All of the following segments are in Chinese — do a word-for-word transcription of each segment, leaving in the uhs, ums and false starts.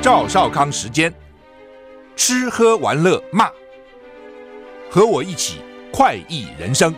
赵少康时间，吃喝玩乐骂，和我一起快意人生。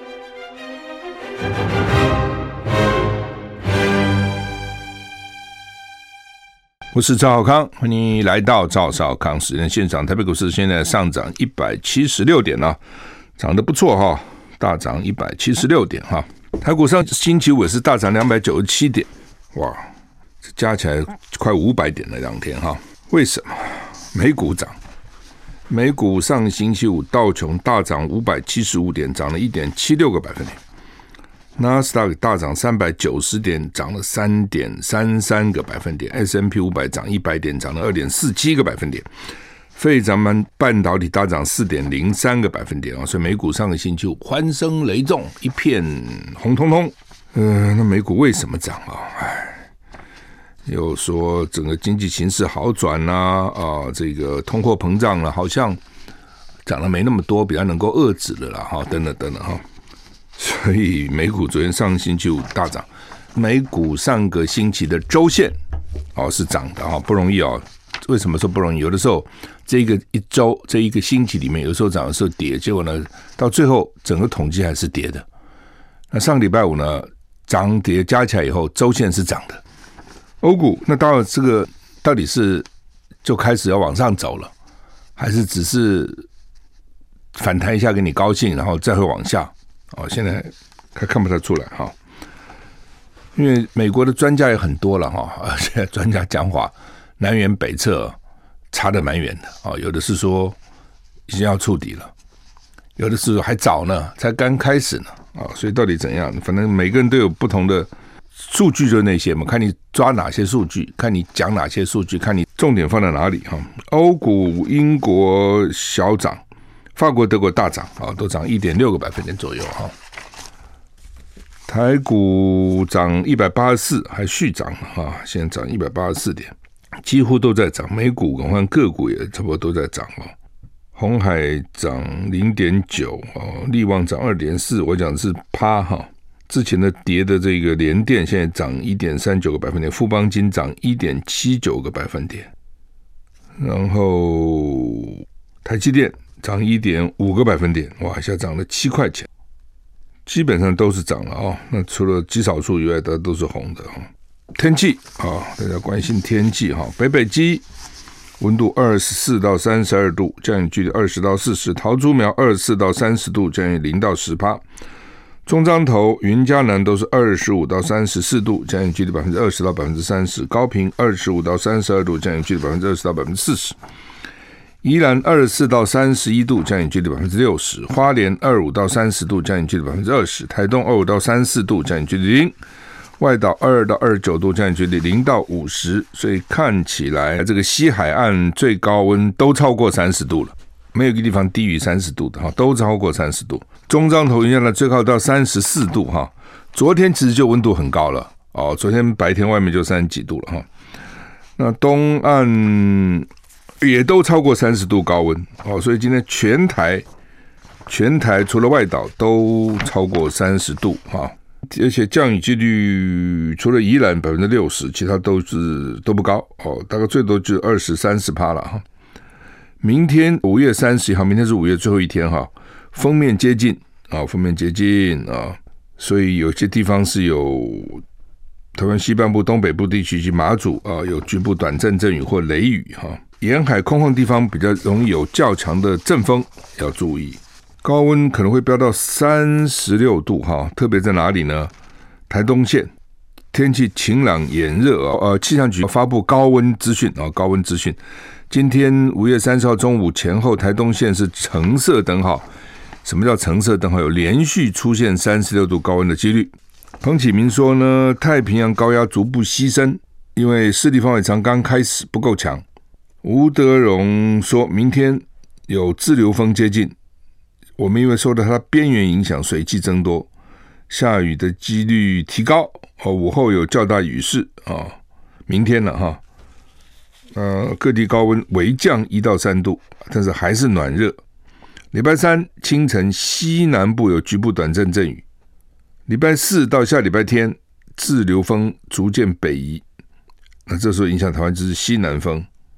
我是赵少康，欢迎来到赵少康时间现场。台北股市现在上涨一百七十六点了，涨得不错哈，大涨一百七十六点哈。台股上星期五也是大涨两百九十七点，哇，加起来快五百点了两天哈。为什么？美股涨，美股上星期五道琼大涨五百七十五点，涨了 一点七六个百分点。纳斯达克大涨三百九十点，涨了 三点三三个百分点。 S and P 五百 涨一百点，涨了 二点四七个百分点。费城半导体大涨 四点零三个百分点、哦、所以美股上个星期五欢声雷动，一片红彤彤。呃，那美股为什么涨啊？哎，又说整个经济形势好转啊，啊，这个通货膨胀了、啊，好像涨得没那么多，比较能够遏制了啦，哈，等等等等哈。所以美股昨天上星期五大涨，美股上个星期的周线哦是涨的哈，不容易哦。为什么说不容易？有的时候这个一周这一个星期里面，有的时候涨，有的时候跌，结果呢到最后整个统计还是跌的。那上个礼拜五呢，涨跌加起来以后，周线是涨的。欧股那到了这个到底是就开始要往上走了，还是只是反弹一下给你高兴，然后再会往下？哦，现在还看不太出来哈，因为美国的专家也很多了哈，而且专家讲话南辕北辙，差得蛮远的啊。有的是说已经要触底了，有的是还早呢，才刚开始呢啊。所以到底怎样？反正每个人都有不同的数据，就是那些嘛，看你抓哪些数据，看你讲哪些数据，看你重点放在哪里哈。欧股英国小涨。法国、德国大涨啊，都涨 一点六个百分点左右哈。台股涨一百八十四，还续涨啊，现在涨一百八十四点，几乎都在涨。美股跟个股也差不多都在涨哦。鸿海涨 零点九 哦，力旺涨 二点四， 我讲的是趴哈。之前的跌的这个联电现在涨 一点三九个百分点，富邦金涨 一点七九个百分点，然后台积电涨 一点五个百分点，哇，一下涨了七块钱，基本上都是涨了哦。那除了极少数以外，它都是红的哦。天气啊，大家关心天气哈。北北基温度二十四到三十二度，降雨距离二十到四十；桃竹苗二十四到三十度，降雨零到十趴；中彰投、云嘉南都是二十五到三十四度，降雨距离百分之二十到百分之三十；高屏二十五到三十二度，降雨距离百分之二十到百分之四十。宜兰二十四到三十一度，降雨距离百分之六十；花莲二十五到三十度，降雨距离百分之二十；台东二十五到三十四度，降雨距离零；外岛二十到二十九度，降雨距离零到五十。所以看起来这个西海岸最高温都超过三十度了，没有一个地方低于三十度的哈，都超过三十度。中彰投云嘉南最高到三十四度哈，昨天其实就温度很高了哦，昨天白天外面就三十几度了哈。那东岸也都超过三十度高温哦，所以今天全台全台除了外岛都超过三十度啊，而且降雨几率除了宜兰百分之六十，其他都是都不高哦，大概最多就二十三十趴了哈。明天五月三十一号，明天是五月最后一天哈，锋面接近啊，锋面接近啊，所以有些地方是有台湾西半部、东北部地区及马祖啊，有局部短暂阵雨或雷雨哈。沿海空旷地方比较容易有较强的阵风，要注意。高温可能会飙到三十六度哈，特别在哪里呢？台东县天气晴朗炎热呃，气象局发布高温资讯啊，高温资讯。今天五月三十号中午前后，台东县是橙色灯号。什么叫橙色灯号？有连续出现三十六度高温的几率。彭启明说呢，太平洋高压逐步牺牲，因为势力范围长刚开始不够强。吴德荣说，明天有滞留风接近，我们因为受到它边缘影响，水汽增多，下雨的几率提高，午后有较大雨势啊。明天了哈，呃，各地高温微降一到三度，但是还是暖热。礼拜三清晨西南部有局部短暂阵雨，礼拜四到下礼拜天滞留风逐渐北移，那这时候影响台湾就是西南风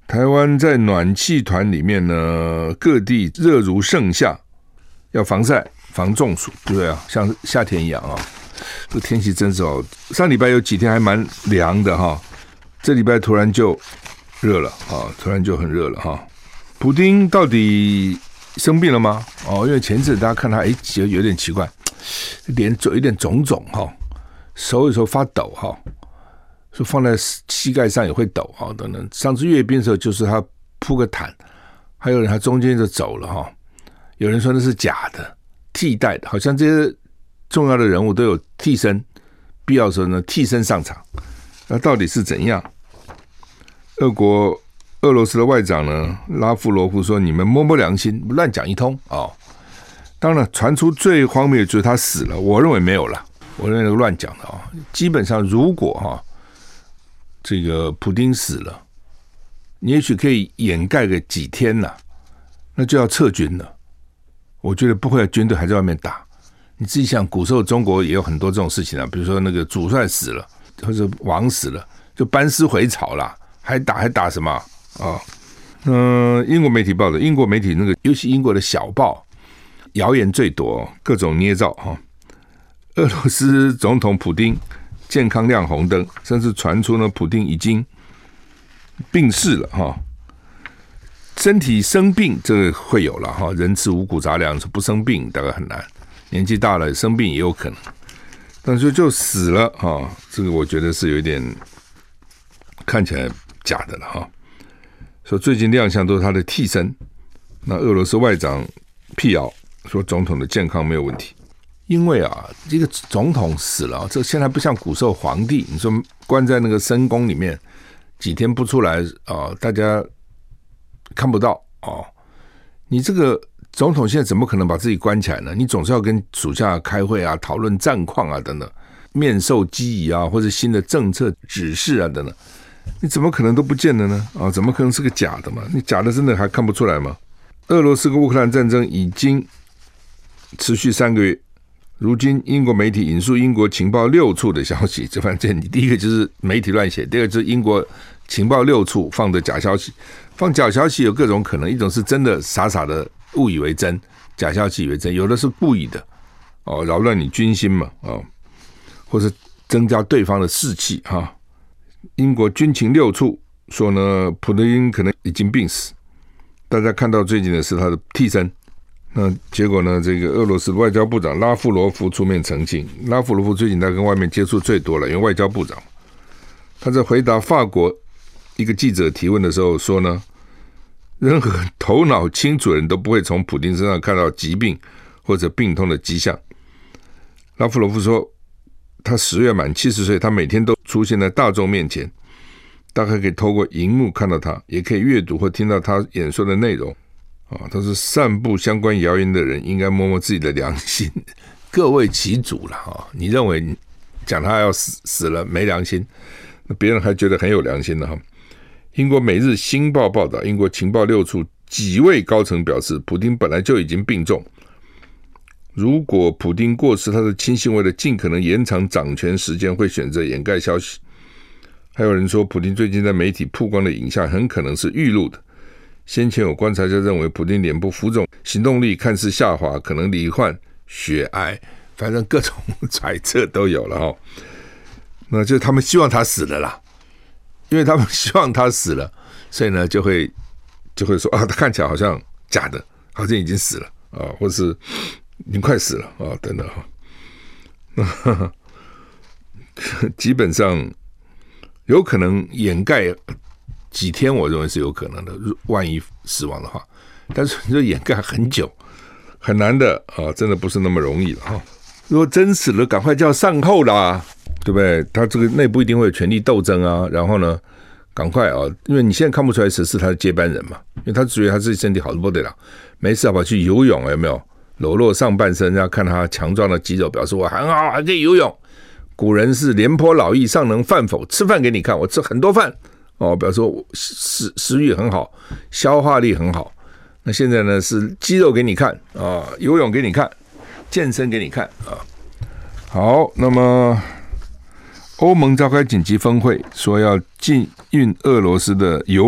台湾在暖气团里面呢，各地热如盛夏，要防晒、防中暑，对不对啊？像夏天一样啊。这个天气真是哦，上礼拜有几天还蛮凉的哈，这礼拜突然就热了啊，突然就很热了哈。普丁到底生病了吗？哦，因为前阵大家看他，哎，有点奇怪，脸有点肿肿哈，手有时候发抖哈，说放在膝盖上也会抖哈等等。上次阅兵的时候，就是他铺个毯，还有人他中间就走了哈，有人说那是假的，替代的，好像这些重要的人物都有替身，必要的时候呢替身上场，那到底是怎样？俄国俄罗斯的外长呢拉夫罗夫说：“你们摸摸良心，乱讲一通哦。”当然，传出最荒谬的就是他死了，我认为没有了，我认为那个乱讲的啊、哦。基本上，如果哈、哦、这个普丁死了，你也许可以掩盖个几天了，那就要撤军了。我觉得不会有军队还在外面打。你自己想，古时候中国也有很多这种事情啊，比如说那个主帅死了，或者王死了，就班师回朝啦，还打还打什么啊？嗯、呃，英国媒体报的，英国媒体那个，尤其英国的小报，谣言最多，各种捏造哈。俄罗斯总统普丁健康亮红灯，甚至传出呢，普丁已经病逝了哈。身体生病这个会有了哈，人吃五谷杂粮，不生病大概很难。年纪大了生病也有可能，但是就死了哈，这个我觉得是有一点看起来假的了哈。说最近亮相都是他的替身，那俄罗斯外长辟谣说总统的健康没有问题，因为啊，这个总统死了，这现在不像古时候皇帝，你说关在那个深宫里面几天不出来啊，大家看不到哦，你这个。总统现在怎么可能把自己关起来呢？你总是要跟属下开会啊，讨论战况啊，等等，面授机宜啊，或者新的政策指示啊，等等，你怎么可能都不见了呢？啊，怎么可能是个假的嘛？你假的真的还看不出来吗？俄罗斯跟乌克兰战争已经持续三个月，如今英国媒体引述英国情报六处的消息，这反正第一个就是媒体乱写，第二个就是英国情报六处放的假消息，放假消息有各种可能，一种是真的傻傻的。误以为真，假消息以为真，有的是故意的哦，扰乱你军心嘛哦，或是增加对方的士气哈、哦。英国军情六处说呢，普丁可能已经病死，大家看到最近的是他的替身。那结果呢，这个俄罗斯外交部长拉夫罗夫出面澄清，拉夫罗夫最近他跟外面接触最多了，因为外交部长，他在回答法国一个记者提问的时候说呢。任何头脑清楚的人都不会从普丁身上看到疾病或者病痛的迹象。拉夫罗夫说，他十月满七十岁，他每天都出现在大众面前，大概可以透过荧幕看到他，也可以阅读或听到他演说的内容。啊，他说散布相关谣言的人应该摸摸自己的良心，各为其主了哈。你认为讲他要死死了没良心，那别人还觉得很有良心的哈。英国《每日新报》报道，英国情报六处几位高层表示，普丁本来就已经病重。如果普丁过世，他的亲信为了尽可能延长掌权时间，会选择掩盖消息。还有人说，普丁最近在媒体曝光的影像很可能是预录的。先前有观察家认为，普丁脸部浮肿，行动力看似下滑，可能罹患血癌。反正各种揣测都有了哈。那就是他们希望他死了啦。因为他们希望他死了，所以呢就会就会说啊，他看起来好像假的，好像已经死了啊，或是已经快死了啊，等等哈。基本上有可能掩盖几天，我认为是有可能的，万一死亡的话。但是你说掩盖很久，很难的啊，真的不是那么容易了哈。如果真死了，赶快叫善后啦。对不对？他这个内部一定会有权力斗争啊，然后呢，赶快啊，因为你现在看不出来谁是他的接班人嘛，因为他觉得他自己身体好的不得了，没事跑去游泳，有没有？裸露上半身，要看他强壮的肌肉，表示我很好，还可以游泳。古人是廉颇老矣，尚能饭否？吃饭给你看，我吃很多饭哦，表示我食食欲很好，消化力很好。那现在呢是肌肉给你看啊，游泳给你看，健身给你看啊。好，那么。欧盟召开紧急峰会，说要禁运俄罗斯的油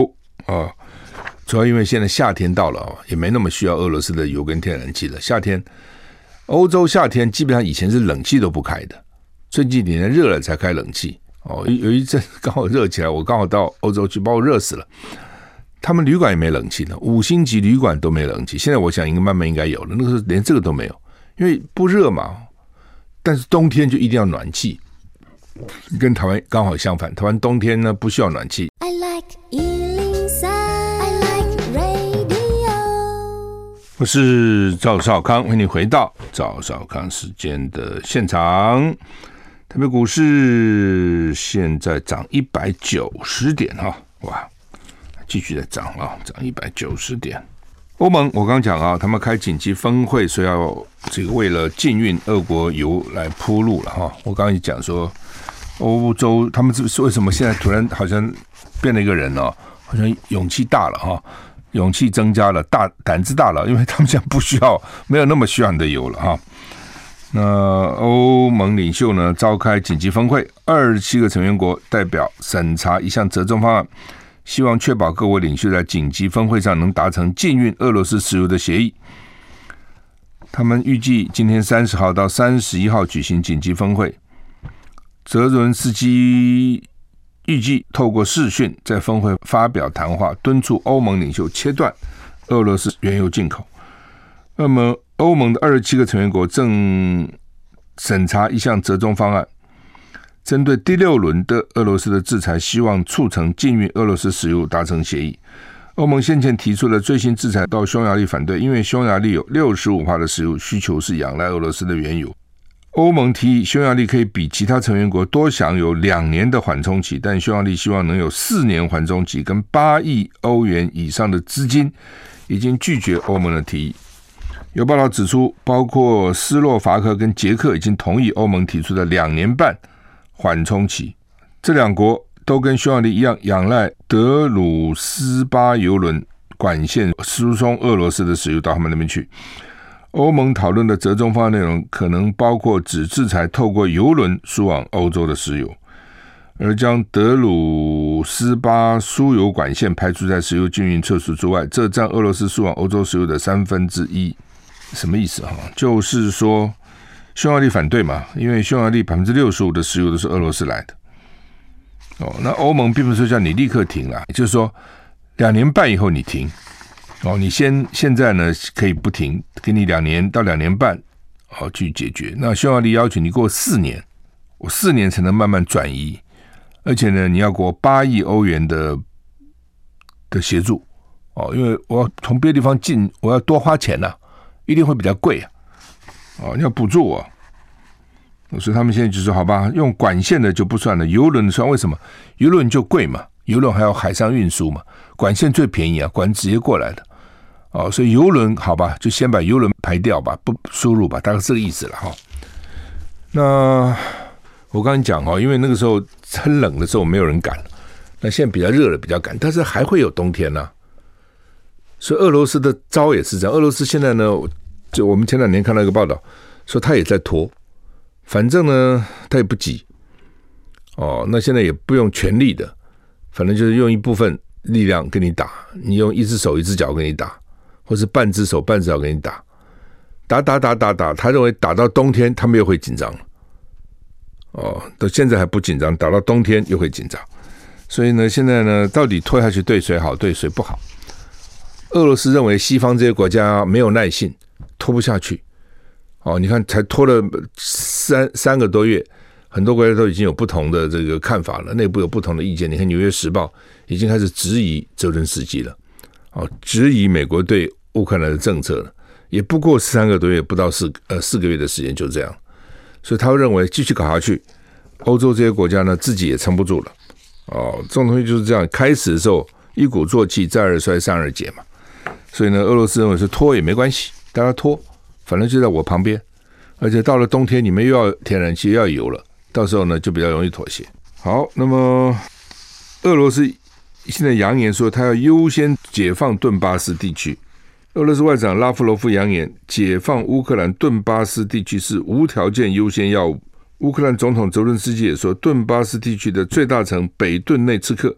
哦，主要因为现在夏天到了哦，也没那么需要俄罗斯的油跟天然气了。夏天，欧洲夏天基本上以前是冷气都不开的，最近几年热了才开冷气。哦，有一阵刚好热起来，我刚好到欧洲去，把我热死了。他们旅馆也没冷气了，五星级旅馆都没冷气。现在我想应该慢慢应该有了，那个时候连这个都没有，因为不热嘛。但是冬天就一定要暖气，跟台湾刚好相反。台湾冬天呢不需要暖气。I like 一零三 I like radio。我是赵少康，欢迎你回到赵少康时间的现场。台北股市现在涨一百九十点哈，哇，继续在涨啊，涨一百九十点。欧盟我刚刚讲啊，他们开紧急峰会，所以要这个为了禁运俄国油来铺路了哈。我刚刚也讲说，欧洲他们是为什么现在突然好像变了一个人哦，好像勇气大了哈，勇气增加了，大胆子大了，因为他们现在不需要，没有那么需要你的油了哈。那欧盟领袖呢召开紧急峰会，二十七个成员国代表审查一项折中方案，希望确保各国领袖在紧急峰会上能达成禁运俄罗斯石油的协议。他们预计今天三十号到三十一号举行紧急峰会。泽伦斯基预计透过视讯在峰会发表谈话，敦促欧盟领袖切断俄罗斯原油进口。那么欧盟的二十七个成员国正审查一项折中方案，针对第六轮的俄罗斯的制裁，希望促成禁运俄罗斯石油达成协议。欧盟先前提出的最新制裁到匈牙利反对，因为匈牙利有 百分之六十五 的石油需求是仰赖俄罗斯的原油。欧盟提议匈牙利可以比其他成员国多享有两年的缓冲期，但匈牙利希望能有四年缓冲期跟八亿欧元以上的资金，已经拒绝欧盟的提议。有报道指出，包括斯洛伐克跟捷克已经同意欧盟提出的两年半缓冲期。这两国都跟匈牙利一样，仰赖德鲁斯巴油轮管线输送俄罗斯的石油到他们那边去。欧盟讨论的折中方案内容可能包括只制裁透过油轮输往欧洲的石油，而将德鲁斯巴输油管线排除在石油禁运措施之外，这占俄罗斯输往欧洲石油的三分之一。什么意思？就是说匈牙利反对嘛，因为匈牙利 百分之六十五 的石油都是俄罗斯来的。哦，那欧盟并不是叫你立刻停啦，也就是说两年半以后你停。哦，你先现在呢可以不停，给你两年到两年半，哦去解决。那匈牙利要求你给我四年，我四年才能慢慢转移，而且呢你要给我八亿欧元的的协助。哦，因为我要从别的地方进，我要多花钱呐、啊，一定会比较贵啊。哦，你要补助我。所以他们现在就说好吧，用管线的就不算了，油轮算，为什么？油轮就贵嘛，油轮还要海上运输嘛，管线最便宜啊，管直接过来的。哦，所以油轮好吧，就先把油轮排掉吧，不输入吧，大概是这个意思了哈。那我刚才讲哈，因为那个时候很冷的时候没有人赶，那现在比较热了，比较赶，但是还会有冬天呢、啊。所以俄罗斯的招也是这样，俄罗斯现在呢，就我们前两年看到一个报道说他也在拖。反正呢他也不急哦，那现在也不用全力的，反正就是用一部分力量跟你打，你用一只手一只脚跟你打，或是半只手半只脚跟你打，打打打打打，他认为打到冬天他们又会紧张了哦，到现在还不紧张，打到冬天又会紧张，所以呢现在呢到底拖下去对谁好对谁不好？俄罗斯认为西方这些国家没有耐性，拖不下去。哦，你看，才拖了三三个多月，很多国家都已经有不同的这个看法了，内部有不同的意见。你看，《纽约时报》已经开始质疑泽伦斯基了，哦，质疑美国对乌克兰的政策了。也不过三个多月，不到四呃四个月的时间就这样，所以他认为继续搞下去，欧洲这些国家呢自己也撑不住了。哦，这种东西就是这样，开始的时候一鼓作气，再而衰，三而竭嘛。所以呢，俄罗斯认为是拖也没关系，大家拖。反正就在我旁边，而且到了冬天，你们又要天然气又要油了，到时候呢就比较容易妥协。好，那么俄罗斯现在扬言说，他要优先解放顿巴斯地区。俄罗斯外长拉夫罗夫扬言，解放乌克兰顿巴斯地区是无条件优先要务。乌克兰总统泽伦斯基也说，顿巴斯地区的最大城北顿内茨克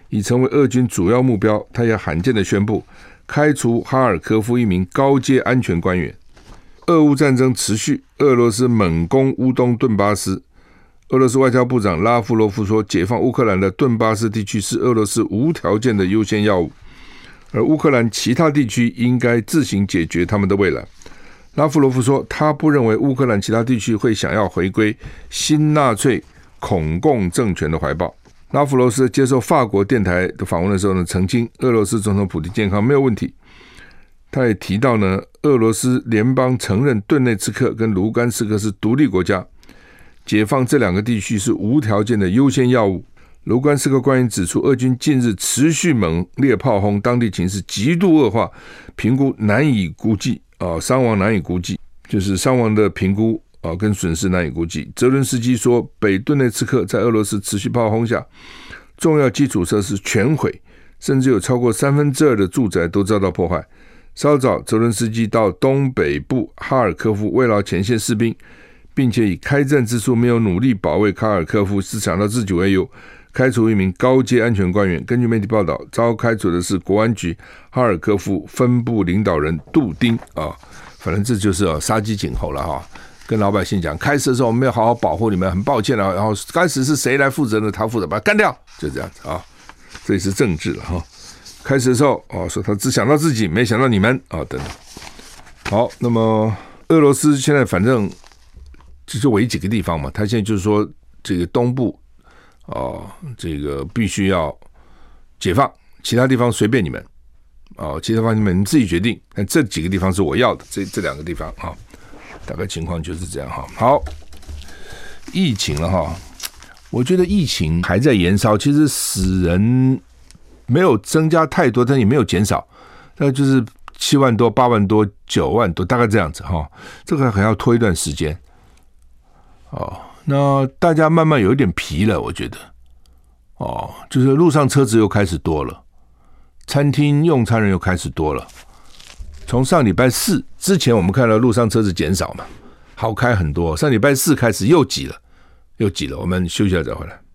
已成为俄军主要目标。他也罕见的宣布开除哈尔科夫一名高阶安全官员。俄乌战争持续，俄罗斯猛攻乌东顿巴斯。俄罗斯外交部长拉夫罗夫说，解放乌克兰的顿巴斯地区是俄罗斯无条件的优先要务，而乌克兰其他地区应该自行解决他们的未来。拉夫罗夫说，他不认为乌克兰其他地区会想要回归新纳粹恐共政权的怀抱。拉夫罗斯接受法国电台的访问的时候呢，澄清俄罗斯总统普丁健康没有问题。他也提到呢，俄罗斯联邦承认顿内茨克跟卢甘斯克是独立国家，解放这两个地区是无条件的优先要务。卢甘斯克官员指出，俄军近日持续猛烈炮轰，当地情势极度恶化，评估难以估计、呃、伤亡难以估计，就是伤亡的评估、呃、跟损失难以估计。泽伦斯基说，北顿内茨克在俄罗斯持续炮轰下，重要基础设施全毁，甚至有超过三分之二的住宅都遭到破坏。稍早，泽伦斯基到东北部哈尔科夫慰劳前线士兵，并且以开战之初没有努力保卫哈尔科夫是想到自己为由，开除一名高阶安全官员。根据媒体报道，遭开除的是国安局哈尔科夫分部领导人杜丁啊，反正这就是啊杀鸡儆猴了哈。跟老百姓讲，开始的时候我们要好好保护你们，很抱歉了，然后开始是谁来负责呢？他负责把他干掉，就这样子啊，这也是政治了哈。开始的时候哦，说他只想到自己，没想到你们啊、哦，等等。好，那么俄罗斯现在反正就是围几个地方嘛，他现在就是说这个东部哦，这个必须要解放，其他地方随便你们哦，其他地方你们自己决定，但这几个地方是我要的，这这两个地方啊、哦，大概情况就是这样哈。好，疫情了哈，我觉得疫情还在延烧，其实死人没有增加太多，但也没有减少，那就是七万多、八万多、九万多，大概这样子哈。这个还要拖一段时间哦。那大家慢慢有一点疲了，我觉得哦，就是路上车子又开始多了，餐厅用餐人又开始多了。从上礼拜四之前，我们看到路上车子减少嘛，好开很多。上礼拜四开始又挤了，又挤了。我们休息一下再回来。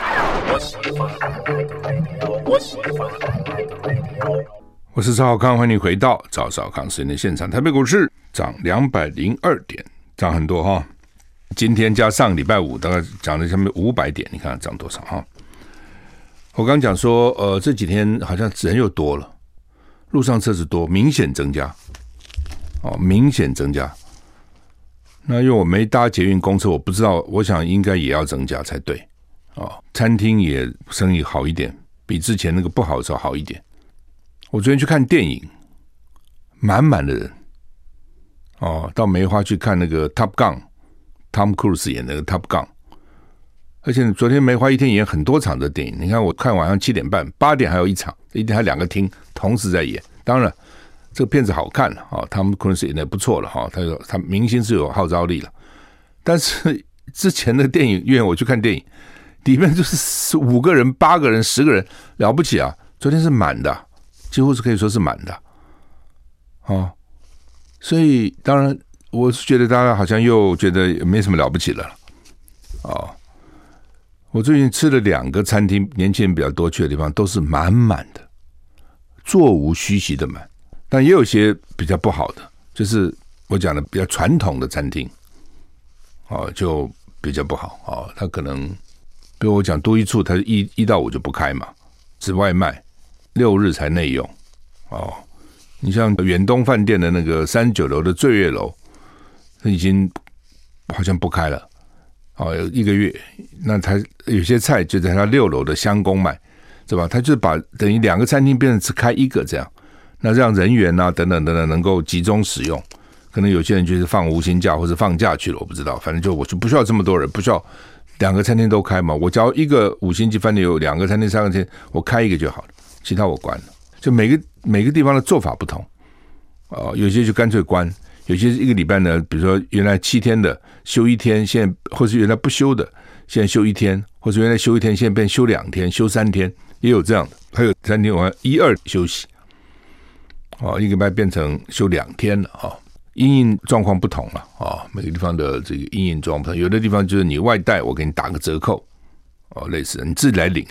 我是赵少康，欢迎回到赵少康时间的现场。台北股市涨两百零二点，涨很多哈。今天加上礼拜五大概涨了下面五百点，你看涨多少哈？我刚讲说，呃，这几天好像人又多了，路上车子多，明显增加，哦，明显增加。那因为我没搭捷运公车，我不知道，我想应该也要增加才对。哦，餐厅也生意好一点，比之前那个不好的时候好一点。我昨天去看电影，满满的人，哦，到梅花去看那个 Top Gun，Tom Cruise 演那个 Top Gun， 而且昨天梅花一天演很多场的电影，你看我看晚上七点半、八点还有一场，一天还两个厅同时在演。当然，这个片子好看了，哦 ，Tom Cruise 演的不错了，哈、哦，他他明星是有号召力了，但是之前的电影院我去看电影。里面就是五个人、八个人、十个人，了不起啊！昨天是满的，几乎是可以说是满的，哦。所以当然，我是觉得大家好像又觉得没什么了不起了，哦。我最近吃了两个餐厅，年轻人比较多去的地方，都是满满的，座无虚席的满。但也有些比较不好的，就是我讲的比较传统的餐厅，哦，就比较不好哦，它可能。比如我讲都一处，它一一到五就不开嘛，只外卖，六日才内用哦。你像远东饭店的那个三十九楼的醉月楼，它已经好像不开了哦，有一个月。那它有些菜就在它六楼的香宫卖，是吧？它就把等于两个餐厅变成只开一个这样，那让人员啊等等等等能够集中使用。可能有些人就是放无薪假或者放假去了，我不知道。反正就我就不需要这么多人，不需要。两个餐厅都开嘛，我只要一个五星级饭店有两个餐厅、三个餐厅，我开一个就好了，其他我关了。就每个每个地方的做法不同，哦，有些就干脆关，有些一个礼拜呢，比如说原来七天的休一天，现在或是原来不休的，现在休一天，或是原来休一天，现在变休两天、休三天，也有这样的。还有餐厅我一二休息，哦，一个礼拜变成休两天了啊。哦，因应状况不同了啊、哦，每个地方的这个因应状况不同，有的地方就是你外带，我给你打个折扣哦，类似你自己来领，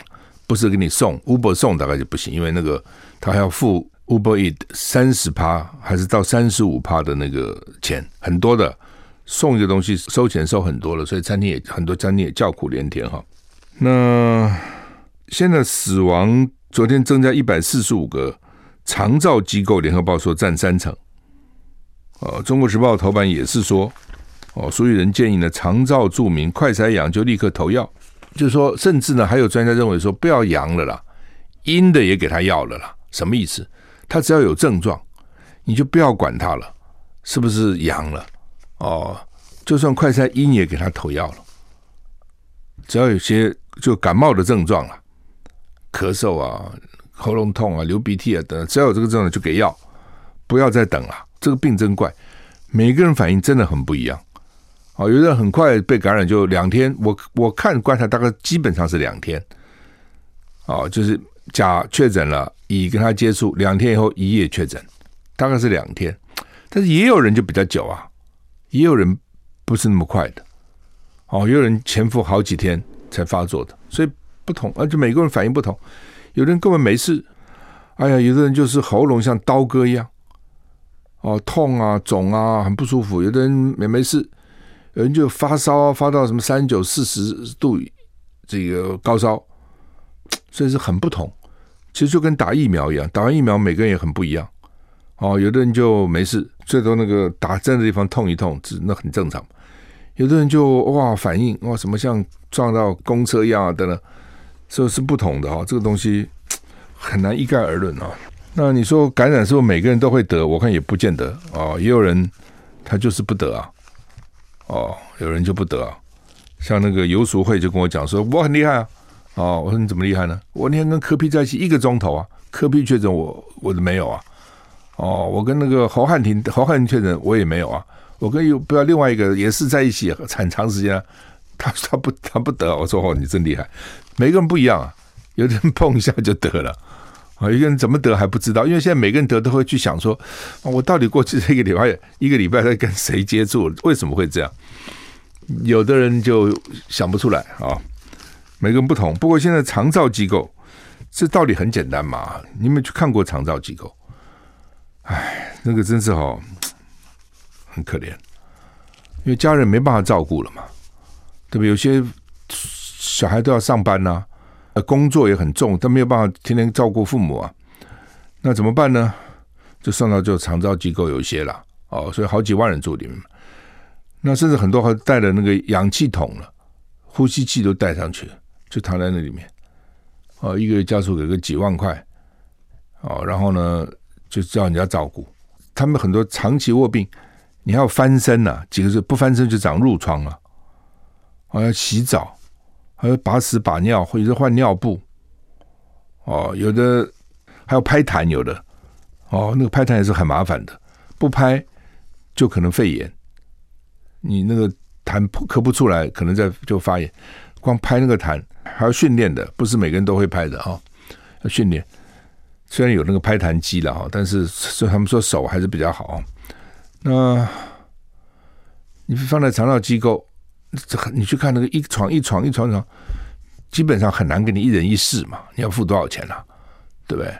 不是给你送 Uber 送大概就不行，因为那个他还要付 Uber Eat 三十趴还是到三十五趴的那个钱，很多的，送一个东西收钱收很多了，所以餐厅也很多餐厅也叫苦连天哈。那现在死亡昨天增加一百四十五个，长照机构联合报说占三成。呃，中国时报头版也是说，哦，所以人建议呢，长照住民快筛阳就立刻投药，就是说，甚至呢，还有专家认为说，不要阳了啦，阴的也给他药了啦，什么意思？他只要有症状，你就不要管他了，是不是阳了？哦，就算快筛阴也给他投药了，只要有些就感冒的症状啦，咳嗽啊、喉咙痛啊、流鼻涕啊等等，只要有这个症状就给药，不要再等了。这个病真怪，每个人反应真的很不一样。哦，有的人很快被感染，就两天。我我看观察大概基本上是两天。哦，就是甲确诊了，乙跟他接触，两天以后乙也确诊，大概是两天。但是也有人就比较久啊，也有人不是那么快的。哦，也有人潜伏好几天才发作的，所以不同，而且每个人反应不同。有的人根本没事，哎呀，有的人就是喉咙像刀割一样。哦，痛啊，肿啊，很不舒服。有的人也没事，有人就发烧，发到什么三十九、四十度，这个高烧，所以是很不同。其实就跟打疫苗一样，打完疫苗每个人也很不一样。哦，有的人就没事，最多那个打针的地方痛一痛，那很正常。有的人就哇反应哇什么像撞到公车一样啊等等，所以是不同的哈、哦。这个东西很难一概而论啊、哦。那你说感染是不是每个人都会得？我看也不见得哦，也有人他就是不得啊，哦，有人就不得啊。像那个游淑慧就跟我讲说，我很厉害啊，哦，我说你怎么厉害呢？我那天跟柯 P 在一起一个钟头啊，柯 P 确诊我我都没有啊，哦，我跟那个侯汉廷侯汉廷确诊我也没有啊，我跟有不要另外一个也是在一起很长时间、啊，他他不他不得、啊，我说哦你真厉害，每个人不一样啊，有的人碰一下就得了。一个人怎么得还不知道，因为现在每个人得都会去想说，我到底过去这个礼拜一个礼拜在跟谁接触，为什么会这样？有的人就想不出来啊，每个人不同。不过现在长照机构，这道理很简单嘛，你们去看过长照机构？哎，那个真是哦，很可怜，因为家人没办法照顾了嘛，对不对？有些小孩都要上班啊。工作也很重，但没有办法天天照顾父母啊，那怎么办呢？就送到就长照机构有一些啦，哦，所以好几万人住里面，那甚至很多还带了那个氧气筒了，呼吸器都带上去了，就躺在那里面，哦，一个月家属给个几万块，哦，然后呢就叫人家照顾，他们很多长期卧病，你还要翻身啊，几个月不翻身就长褥疮啊，还要洗澡。还有把屎把尿，或者是换尿布，哦，有的还有拍痰，有的哦，那个拍痰也是很麻烦的，不拍就可能肺炎，你那个痰咳不出来，可能在就发炎。光拍那个痰还要训练的，不是每个人都会拍的哈、哦，要训练。虽然有那个拍痰机了哈，但是他们说手还是比较好。那你放在长照机构。你去看那个一床一床一床一床，基本上很难给你一人一室嘛，你要付多少钱啊？对不对？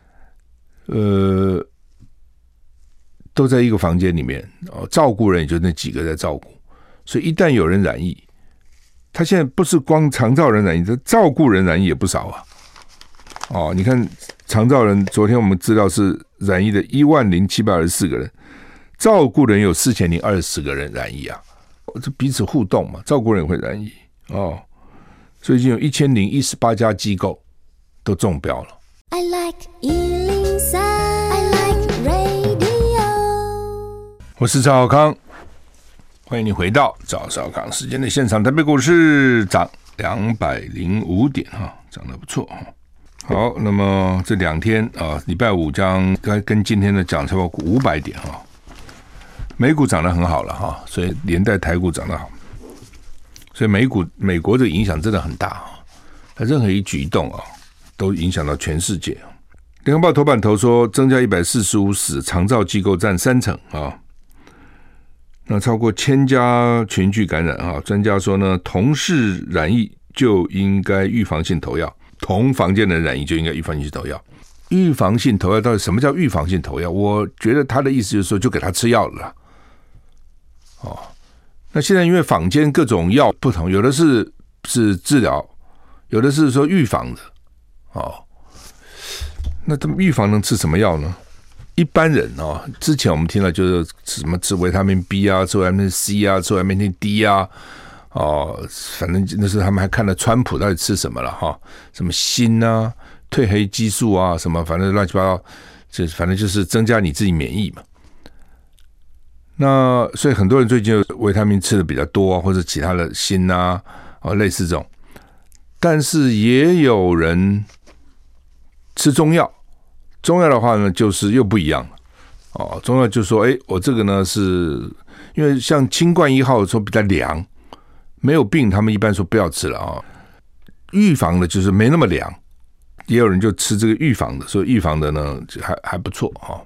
呃，都在一个房间里面哦，照顾人也就那几个在照顾，所以一旦有人染疫，他现在不是光长照人染疫，这照顾人染疫也不少啊。哦，你看长照人，昨天我们资料是染疫的一万零七百二十四个人，照顾人有四千零二十个人染疫啊。这彼此互动嘛，照顾人也会染疫哦，所以已经有一千零一十八家机构都中标了。I like 一零三 I like radio。我是赵少康，欢迎你回到赵少康时间的现场。台北股市涨两百零五点哈，涨得不错哈。好，那么这两天啊，礼拜五将跟今天的涨超过五百点哈。美股涨得很好了哈，所以连带台股涨得好，所以美股美国的影响真的很大啊，它任何一举一动啊，都影响到全世界。联合报头版头说，增加一百四十五死，长照机构占三成啊，那超过千家群聚感染啊，专家说呢，同事染疫就应该预防性投药。 同房间的人染疫就应该预防性投药。预防性投药到底什么叫预防性投药？我觉得他的意思就是说，就给他吃药了啦。哦，那现在因为坊间各种药不同，有的是是治疗，有的是说预防的。哦，那他们预防能吃什么药呢？一般人哦，之前我们听到就是什么吃维他命 B 啊，吃维他命 C 啊，吃维他命 D 啊。哦，反正那时候他们还看了川普到底吃什么了哈，什么锌啊、褪黑激素啊，什么反正乱七八糟，就反正就是增加你自己免疫嘛。那所以很多人最近维他命吃的比较多、啊，或者其他的锌啊，哦类似这种，但是也有人吃中药，中药的话呢，就是又不一样了。哦，中药就说，哎，我这个呢是因为像清冠一号说比较凉。没有病，他们一般说不要吃了啊。预防的就是没那么凉，也有人就吃这个预防的，所以预防的呢还还不错啊。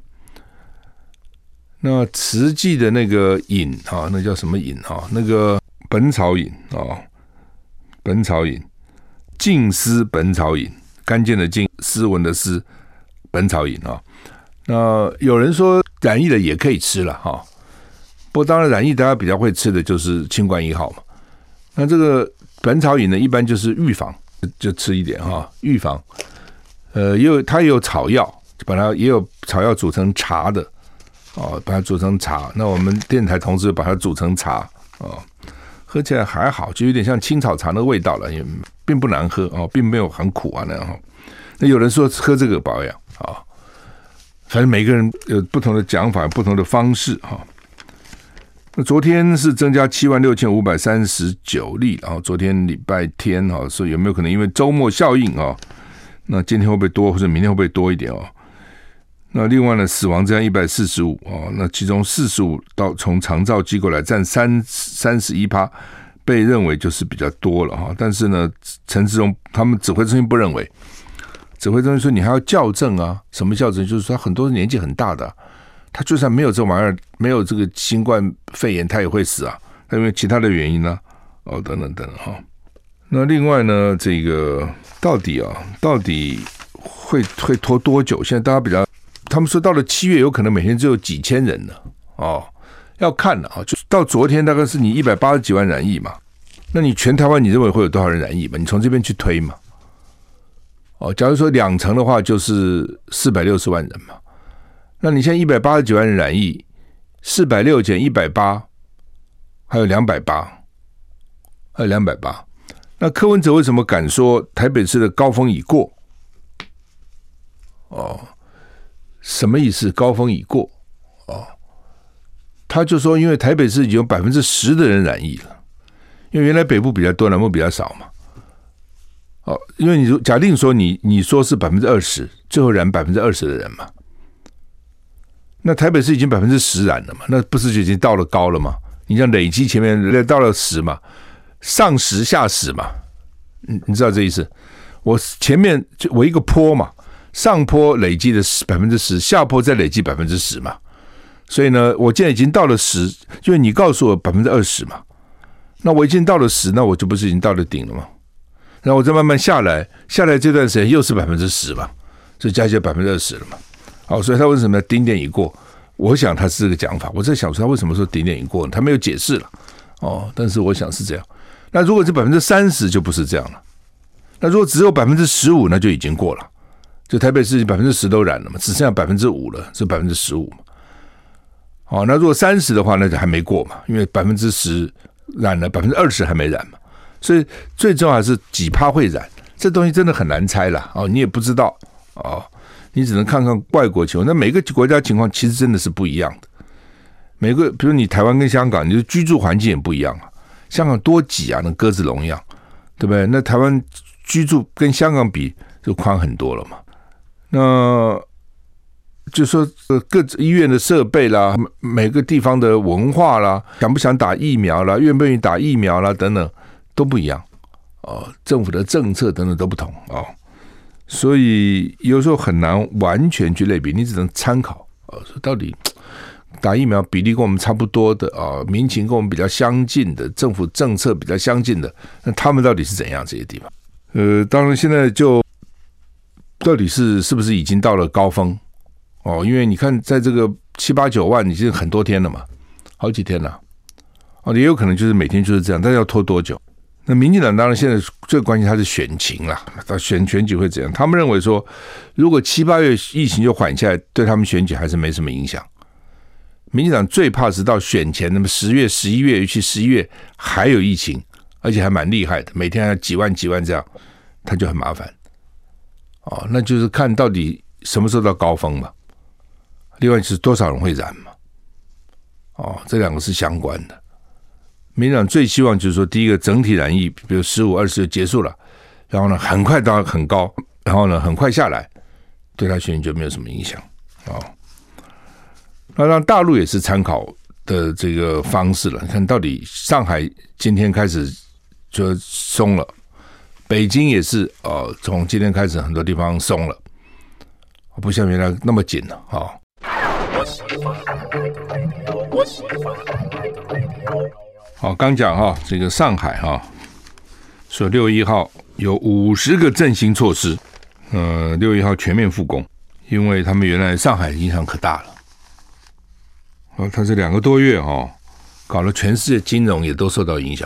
那慈济的那个饮啊，那叫什么饮啊？那个本草饮啊，本草饮，净丝本草饮，干净的净，斯文的斯，本草饮啊。那有人说染疫的也可以吃了哈，不过当然染疫大家比较会吃的就是清冠一号嘛。那这个本草饮呢，一般就是预防，就吃一点哈，预防。呃，也有它也有草药，把它也有草药煮成茶的，哦，把它煮成茶。那我们电台同事把它煮成茶，哦，喝起来还好，就有点像青草茶那个味道了，也并不难喝哦，并没有很苦啊那样。那有人说喝这个保养啊、哦，反正每个人有不同的讲法，不同的方式哈。哦那昨天是增加七万六千五百三十九例，然后昨天礼拜天哈，所以有没有可能因为周末效应啊？那今天会不会多，或者明天会不会多一点哦？那另外呢，死亡增加一百四十五哦，那其中四十五到从长照机构来占三三十一趴，被认为就是比较多了哈。但是呢，陈时中他们指挥中心不认为，指挥中心说你还要校正啊，什么校正？就是说很多年纪很大的、啊。他就算没有这玩意儿，没有这个新冠肺炎，他也会死啊！因为其他的原因呢、啊，哦，等等等等哈。那另外呢，这个到底啊，到底会会拖多久？现在大家比较，他们说到了七月，有可能每天只有几千人呢。哦，要看了啊，就到昨天大概是你一百八十几万染疫嘛，那你全台湾你认为会有多少人染疫嘛？你从这边去推嘛。哦，假如说两成的话，就是四百六十万人嘛。那你现在一百八十几万人染疫，四百六减一百八，还有两百八，还有两百八。那柯文哲为什么敢说台北市的高峰已过？哦，什么意思？高峰已过哦，他就说，因为台北市已经有百分之十的人染疫了，因为原来北部比较多，南部比较少嘛。哦，因为你假定说你你说是百分之二十，最后染百分之二十的人嘛。那台北市已经百分之十染了嘛？那不是就已经到了高了吗？你像累积前面到了十嘛，上十下十嘛，你你知道这意思？我前面就我一个坡嘛，上坡累积的百分之十，下坡再累积百分之十嘛。所以呢，我现在已经到了十，因为你告诉我百分之二十嘛，那我已经到了十，那我就不是已经到了顶了吗？然后我再慢慢下来，下来这段时间又是百分之十嘛，所以加起来百分之二十了嘛。好，所以他为什么要顶点已过？我想他是这个讲法。我在想说他为什么说顶点已过呢？他没有解释了哦，但是我想是这样。那如果是百分之三十就不是这样了。那如果只有百分之十五，那就已经过了。就台北市百分之十都染了嘛，只剩下百分之五了，是百分之十五嘛。好，那如果三十的话，那就还没过嘛，因为百分之十染了，百分之二十还没染嘛。所以最重要还是几趴会染，这东西真的很难猜啦哦，你也不知道哦。你只能看看外国情况，那每个国家情况其实真的是不一样的。每个，比如你台湾跟香港，你的居住环境也不一样啊。香港多挤啊，那鸽子笼一样，对不对？那台湾居住跟香港比就宽很多了嘛。那就说各医院的设备啦，每个地方的文化啦，想不想打疫苗啦，愿不愿意打疫苗啦，等等都不一样哦。政府的政策等等都不同哦。所以有时候很难完全去类比，你只能参考啊，说到底打疫苗比例跟我们差不多的啊，民情跟我们比较相近的，政府政策比较相近的，那他们到底是怎样这些地方？呃，当然现在就到底是是不是已经到了高峰哦？因为你看，在这个七八九万已经很多天了嘛，好几天了哦，也有可能就是每天就是这样，但是要拖多久？那民进党当然现在最关心它是选情啦，到选选举会怎样？他们认为说，如果七八月疫情就缓下来，对他们选举还是没什么影响。民进党最怕是到选前，那么十月、十一月，尤其十一月还有疫情，而且还蛮厉害的，每天还几万几万这样，他就很麻烦。哦，那就是看到底什么时候到高峰嘛。另外就是多少人会染嘛。哦，这两个是相关的。民进党最希望就是说，第一个整体染疫，比如十五、二十就结束了，然后呢很快到很高，然后呢很快下来，对他选举就没有什么影响。哦，那让大陆也是参考的这个方式了。你看到底上海今天开始就松了，北京也是呃从今天开始很多地方松了，不像原来那么紧了啊。哦好，刚讲哈，这个上海哈，说六月一号有五十个振兴措施，呃，六月一号全面复工，因为他们原来上海影响可大了，哦，它这两个多月哈，搞了全世界金融也都受到影响，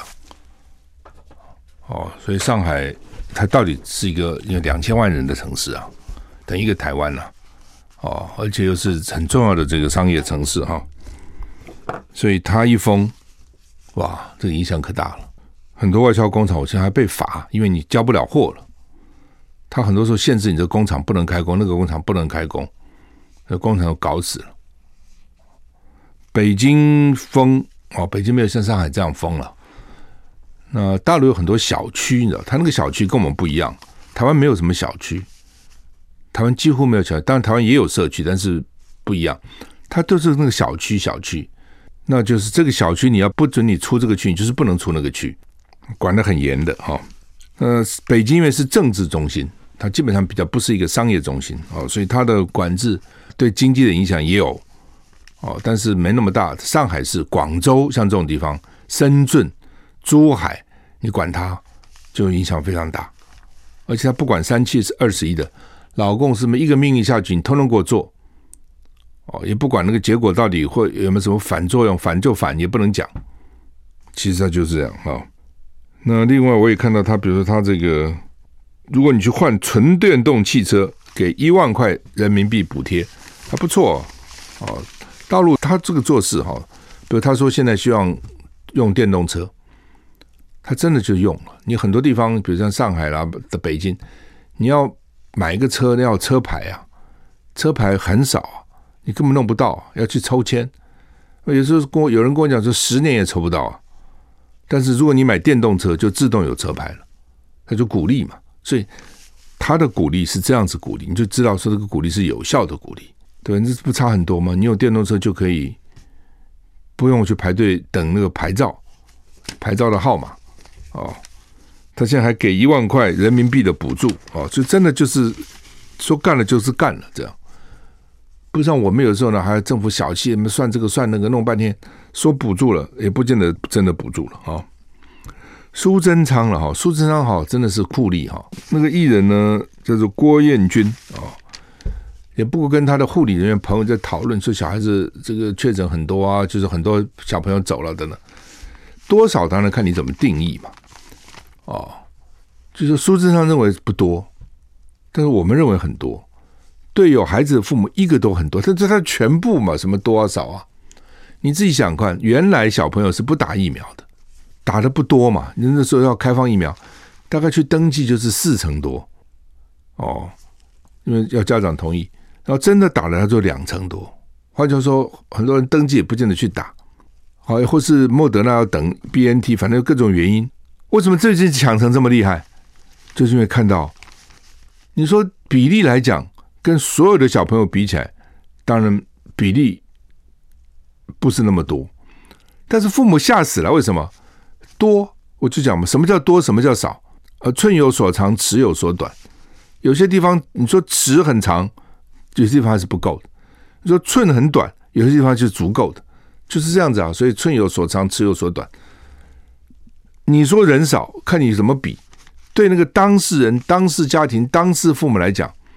哦，所以上海它到底是一个有两千万人的城市啊，等于一个台湾啊，哦，而且又是很重要的这个商业城市哈，所以它一封。哇，这个影响可大了！很多外销工厂，我现在还被罚，因为你交不了货了。他很多时候限制你这个工厂不能开工，那个工厂不能开工，那工厂都搞死了。北京封哦，北京没有像上海这样封了。那大陆有很多小区，你知道，它那个小区跟我们不一样。台湾没有什么小区，台湾几乎没有小区，当然台湾也有社区，但是不一样，它都是那个小区小区。那就是这个小区你要不准你出这个区，你就是不能出那个区，管得很严的哈。呃，北京因为是政治中心，它基本上比较不是一个商业中心哦，所以它的管制对经济的影响也有哦，但是没那么大。上海市、广州像这种地方，深圳、珠海，你管它就影响非常大，而且它不管三七是二十一的，老共是一个命令下去，你通通给我做。哦，也不管那个结果到底会有没有什么反作用，反就反也不能讲，其实它就是这样啊、哦。那另外我也看到他，比如说他这个，如果你去换纯电动汽车，给一万块人民币补贴，还不错哦。哦，大陆他这个做事哈、哦，比如他说现在希望用电动车，他真的就用了。你很多地方，比如像上海啦的北京，你要买一个车要车牌啊，车牌很少啊。你根本弄不到，要去抽签。有时候跟我有人跟我讲说，十年也抽不到啊。但是如果你买电动车，就自动有车牌了，他就鼓励嘛。所以他的鼓励是这样子鼓励，你就知道说这个鼓励是有效的鼓励，对吧？这不差很多吗？你有电动车就可以不用去排队等那个牌照，牌照的号码哦。他现在还给一万块人民币的补助哦，就真的就是说干了就是干了这样。不像我们有时候呢，还有政府小气，算这个算那个，弄半天说补助了，也不见得真的补助了啊。苏贞昌了哈，苏贞昌好真的是酷吏哈。那个艺人呢叫做郭彦均啊，也不过跟他的护理人员朋友在讨论说，小孩子这个确诊很多啊，就是很多小朋友走了等等，多少当然看你怎么定义嘛。哦，就是苏贞昌认为不多，但是我们认为很多。对有孩子的父母一个都很多，但这他全部嘛，什么多啊少啊？你自己想看，原来小朋友是不打疫苗的，打的不多嘛。你那时候要开放疫苗，大概去登记就是四成多哦，因为要家长同意。然后真的打了，他就两成多。换句话说，很多人登记也不见得去打，好，或是莫德纳要等 B N T， 反正有各种原因。为什么最近抢成这么厉害？就是因为看到，你说比例来讲。跟所有的小朋友比起来，当然比例不是那么多，但是父母吓死了。为什么多？我就讲嘛，什么叫多，什么叫少？呃，寸有所长，尺有所短。有些地方你说尺很长，有些地方还是不够的；你说寸很短，有些地方就是足够的，就是这样子啊。所以寸有所长，尺有所短。你说人少，看你怎么比。对那个当事人、当事家庭、当事父母来讲，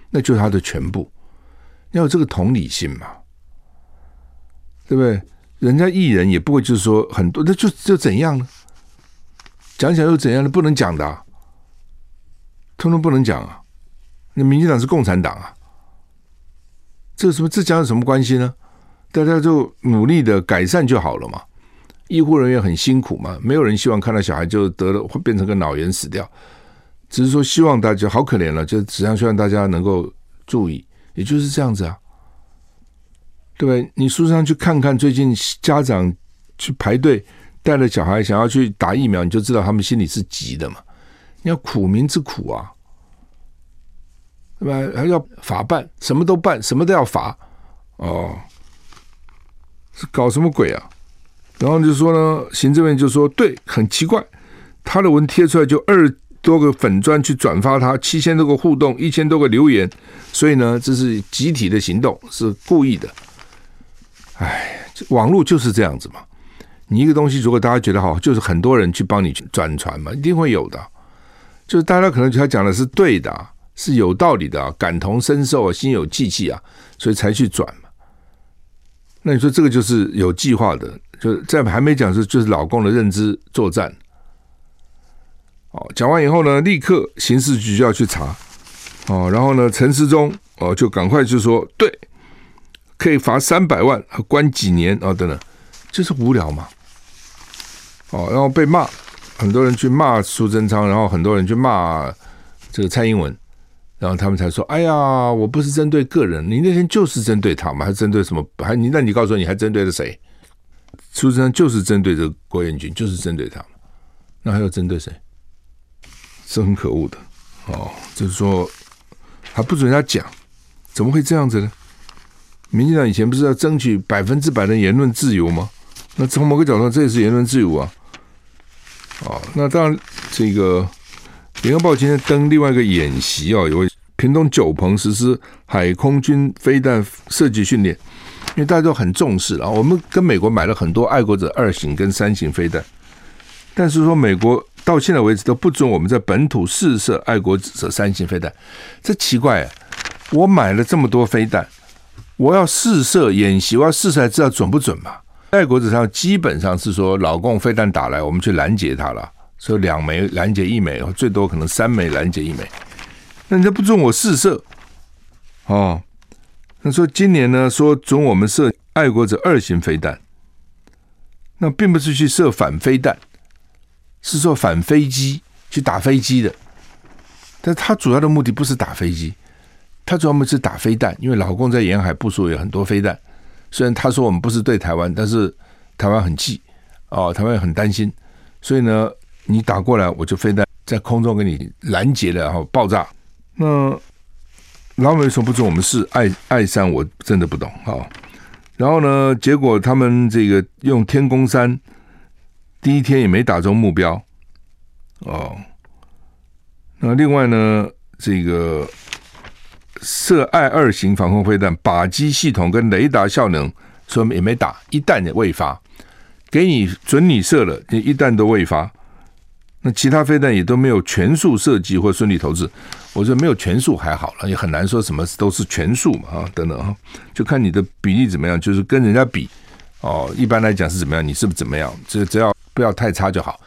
那就是他的全部。要有这个同理心嘛，对不对？人家艺人也不会就是说很多，那就就怎样呢？讲起来又怎样呢？不能讲的、啊，通通不能讲啊！那民进党是共产党啊，这什么这讲有什么关系呢？大家就努力的改善就好了嘛。医护人员很辛苦嘛，没有人希望看到小孩就得了会变成个脑炎死掉，只是说希望大家好可怜了，就只想希望大家能够注意，也就是这样子啊，对不对？你书上去看看，最近家长去排队带着小孩想要去打疫苗，你就知道他们心里是急的嘛。你要苦民之苦啊，对吧？还要法办，什么都办，什么都要罚哦，是搞什么鬼啊？然后就说呢，行政院就说对，很奇怪，他的文贴出来就二多个粉专去转发他，七千多个互动，一千多个留言，所以呢，这是集体的行动，是故意的。哎，网络就是这样子嘛。你一个东西如果大家觉得好，就是很多人去帮你转传嘛，一定会有的。就是大家可能觉得他讲的是对的、啊，是有道理的、啊，感同身受啊，心有戚戚啊，所以才去转嘛。那你说这个就是有计划的，就是在还没讲是就是老共的认知作战。哦，讲完以后呢，立刻刑事局就要去查。哦，然后呢，陈时中哦就赶快就说对，可以罚三百万，关几年哦等等，就是无聊嘛。哦，然后被骂，很多人去骂苏贞昌，然后很多人去骂这个蔡英文。然后他们才说：“哎呀，我不是针对个人，你那天就是针对他嘛，还针对什么？还你那你告诉我，你还针对了谁？苏贞昌就是针对这个郭彥均，就是针对他嘛。那还有针对谁？是很可恶的哦。就是说，还不准人家讲，怎么会这样子呢？民进党以前不是要争取百分之百的言论自由吗？那从某个角度，这也是言论自由啊。哦，那当然，这个。”联合报今天登另外一个演习哦，有屏东九鹏实施海空军飞弹射击训练，因为大家都很重视啊。我们跟美国买了很多爱国者二型跟三型飞弹，但是说美国到现在为止都不准我们在本土试射爱国者三型飞弹，这奇怪啊！我买了这么多飞弹，我要试射演习，我要试射才知道准不准嘛？爱国者上基本上是说老共飞弹打来，我们去拦截它了。所以两枚拦截一枚，最多可能三枚拦截一枚。那人家不准我试射哦。那说今年呢，说准我们射爱国者二型飞弹，那并不是去射反飞弹，是说反飞机去打飞机的。但他主要的目的不是打飞机，他主要目的是打飞弹，因为老共在沿海部署有很多飞弹。虽然他说我们不是对台湾，但是台湾很气哦，台湾很担心，所以呢。你打过来，我就飞弹在空中给你拦截了，然后爆炸。那老美为什么不准我们是爱爱山？我真的不懂啊。然后呢，结果他们这个用天宫山，第一天也没打中目标哦。那另外呢，这个射爱二型防空飞弹，靶机系统跟雷达效能说也没打，一弹也未发，给你准你射了，你一弹都未发。那其他飞弹也都没有全数射击或顺利投掷，我说没有全数还好了，也很难说什么都是全数嘛啊等等啊，就看你的比例怎么样，就是跟人家比哦，一般来讲是怎么样，你是不是怎么样，只只要不要太差就好。